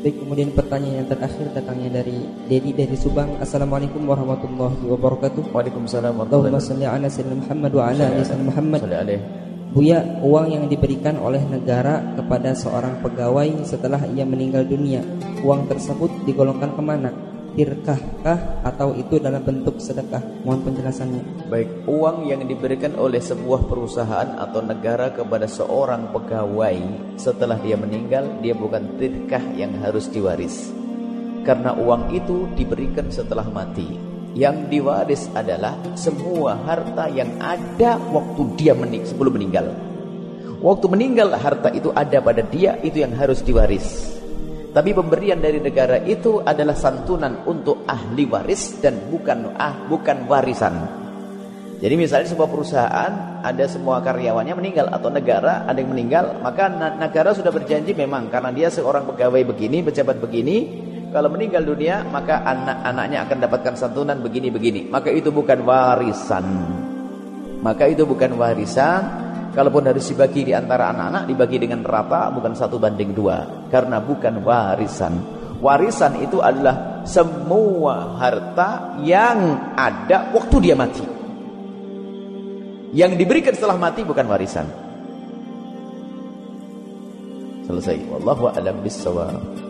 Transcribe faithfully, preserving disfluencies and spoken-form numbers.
Baik, kemudian pertanyaan yang terakhir datangnya dari Dedi dari Subang. Assalamualaikum warahmatullahi wabarakatuh. Waalaikumsalam warahmatullahi Allahumma shalli ala sayyidina Muhammad wa ala ali sayyidina Muhammad. wabarakatuh. Buya, uang yang diberikan oleh negara kepada seorang pegawai setelah ia meninggal dunia, uang tersebut digolongkan kemana? Tirkah atau itu dalam bentuk sedekah? Mohon penjelasannya. Baik, uang yang diberikan oleh sebuah perusahaan atau negara kepada seorang pegawai setelah dia meninggal, dia bukan tirkah yang harus diwaris. Karena uang itu diberikan setelah mati. Yang diwaris adalah semua harta yang ada waktu dia mening sebelum meninggal. Waktu meninggal harta itu ada pada dia, itu yang harus diwaris. Tapi pemberian dari negara itu adalah santunan untuk ahli waris dan bukan ah bukan warisan. Jadi misalnya sebuah perusahaan ada semua karyawannya meninggal atau negara ada yang meninggal, maka negara sudah berjanji memang karena dia seorang pegawai begini, pejabat begini, kalau meninggal dunia maka anak-anaknya akan dapatkan santunan begini-begini. Maka itu bukan warisan. Maka itu bukan warisan. Kalaupun harus dibagi di antara anak-anak, dibagi dengan rata, bukan satu banding dua. Karena bukan warisan. Warisan itu adalah semua harta yang ada waktu dia mati. Yang diberikan setelah mati bukan warisan. Selesai. Wallahu a'lam bissawab.